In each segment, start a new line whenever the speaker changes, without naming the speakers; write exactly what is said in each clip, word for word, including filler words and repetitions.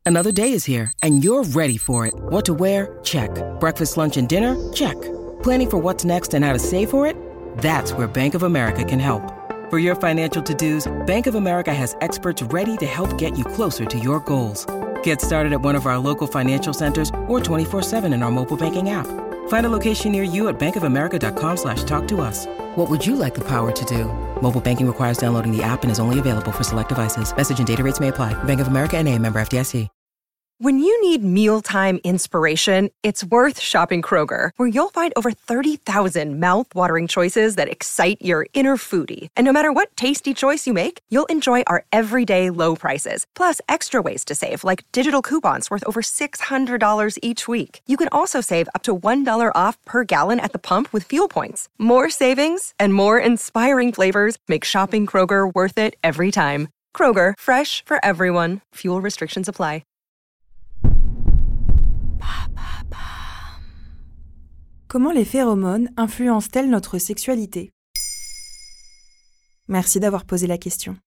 Another day is here, and you're ready for it. What to wear? Check. Breakfast, lunch, and dinner? Check. Planning for what's next and how to save for it? That's where Bank of America can help. For your financial to-dos, Bank of America has experts ready to help get you closer to your goals. Get started at one of our local financial centers or twenty-four seven in our mobile banking app. Find a location near you at bankofamerica.com slash talk to us. What would you like the power to do? Mobile banking requires downloading the app and is only available for select devices. Message and data rates may apply. Bank of America N A, member F D I C.
When you need mealtime inspiration, it's worth shopping Kroger, where you'll find over thirty thousand mouth-watering choices that excite your inner foodie. And no matter what tasty choice you make, you'll enjoy our everyday low prices, plus extra ways to save, like digital coupons worth over six hundred dollars each week. You can also save up to one dollar off per gallon at the pump with fuel points. More savings and more inspiring flavors make shopping Kroger worth it every time. Kroger, fresh for everyone. Fuel restrictions apply.
Comment les phéromones influencent-elles notre sexualité ? Merci d'avoir posé la question.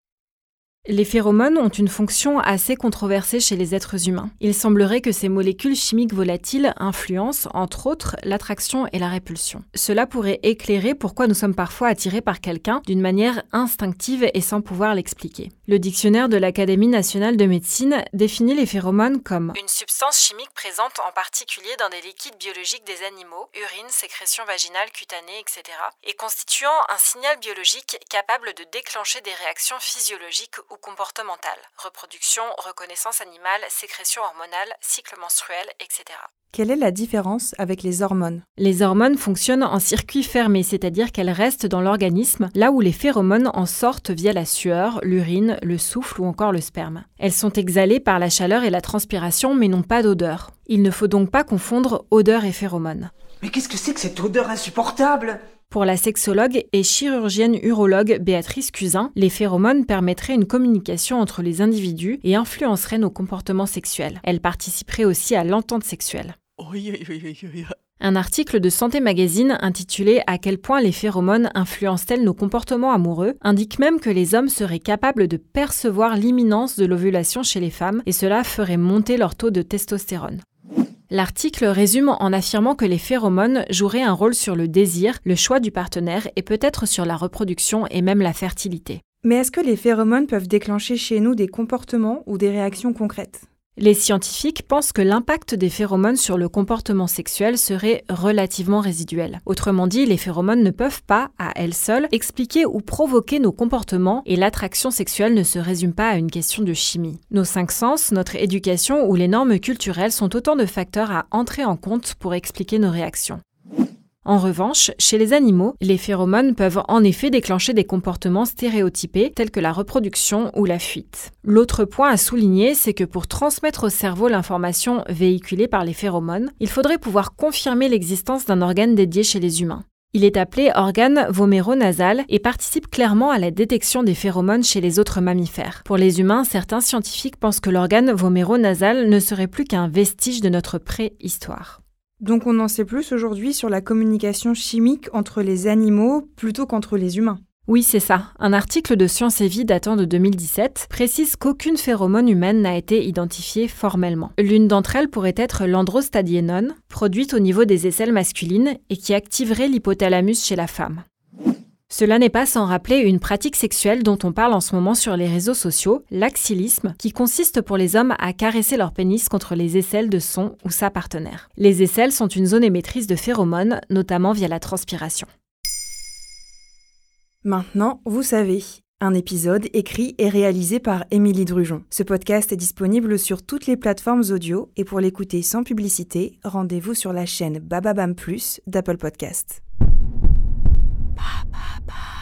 Les phéromones ont une fonction assez controversée chez les êtres humains. Il semblerait que ces molécules chimiques volatiles influencent, entre autres, l'attraction et la répulsion. Cela pourrait éclairer pourquoi nous sommes parfois attirés par quelqu'un d'une manière instinctive et sans pouvoir l'expliquer. Le dictionnaire de l'Académie nationale de médecine définit les phéromones comme une substance chimique présente en particulier dans des liquides biologiques des animaux, urine, sécrétion vaginale, cutanée, et cetera, et constituant un signal biologique capable de déclencher des réactions physiologiques ou comportementales, reproduction, reconnaissance animale, sécrétion hormonale, cycle menstruel, et cetera.
Quelle est la différence avec les hormones ?
Les hormones fonctionnent en circuit fermé, c'est-à-dire qu'elles restent dans l'organisme, là où les phéromones en sortent via la sueur, l'urine, le souffle ou encore le sperme. Elles sont exhalées par la chaleur et la transpiration, mais n'ont pas d'odeur. Il ne faut donc pas confondre odeur et phéromones.
Mais qu'est-ce que c'est que cette odeur insupportable ?
Pour la sexologue et chirurgienne urologue Béatrice Cusin, les phéromones permettraient une communication entre les individus et influenceraient nos comportements sexuels. Elles participeraient aussi à l'entente sexuelle.
Oui, oui, oui, oui.
Un article de Santé Magazine intitulé « À quel point les phéromones influencent-elles nos comportements amoureux ?» indique même que les hommes seraient capables de percevoir l'imminence de l'ovulation chez les femmes et cela ferait monter leur taux de testostérone. L'article résume en affirmant que les phéromones joueraient un rôle sur le désir, le choix du partenaire et peut-être sur la reproduction et même la fertilité.
Mais est-ce que les phéromones peuvent déclencher chez nous des comportements ou des réactions concrètes ?
Les scientifiques pensent que l'impact des phéromones sur le comportement sexuel serait relativement résiduel. Autrement dit, les phéromones ne peuvent pas, à elles seules, expliquer ou provoquer nos comportements et l'attraction sexuelle ne se résume pas à une question de chimie. Nos cinq sens, notre éducation ou les normes culturelles sont autant de facteurs à entrer en compte pour expliquer nos réactions. En revanche, chez les animaux, les phéromones peuvent en effet déclencher des comportements stéréotypés tels que la reproduction ou la fuite. L'autre point à souligner, c'est que pour transmettre au cerveau l'information véhiculée par les phéromones, il faudrait pouvoir confirmer l'existence d'un organe dédié chez les humains. Il est appelé organe voméronasal et participe clairement à la détection des phéromones chez les autres mammifères. Pour les humains, certains scientifiques pensent que l'organe voméronasal ne serait plus qu'un vestige de notre préhistoire.
Donc on en sait plus aujourd'hui sur la communication chimique entre les animaux plutôt qu'entre les humains.
Oui, c'est ça. Un article de Science et Vie datant de deux mille dix-sept précise qu'aucune phéromone humaine n'a été identifiée formellement. L'une d'entre elles pourrait être l'androstadiénone, produite au niveau des aisselles masculines et qui activerait l'hypothalamus chez la femme. Cela n'est pas sans rappeler une pratique sexuelle dont on parle en ce moment sur les réseaux sociaux, l'axillisme, qui consiste pour les hommes à caresser leur pénis contre les aisselles de son ou sa partenaire. Les aisselles sont une zone émettrice de phéromones, notamment via la transpiration.
Maintenant, vous savez. Un épisode écrit et réalisé par Émilie Drujon. Ce podcast est disponible sur toutes les plateformes audio et pour l'écouter sans publicité, rendez-vous sur la chaîne Bababam Plus d'Apple Podcast. Ba, ba, ba.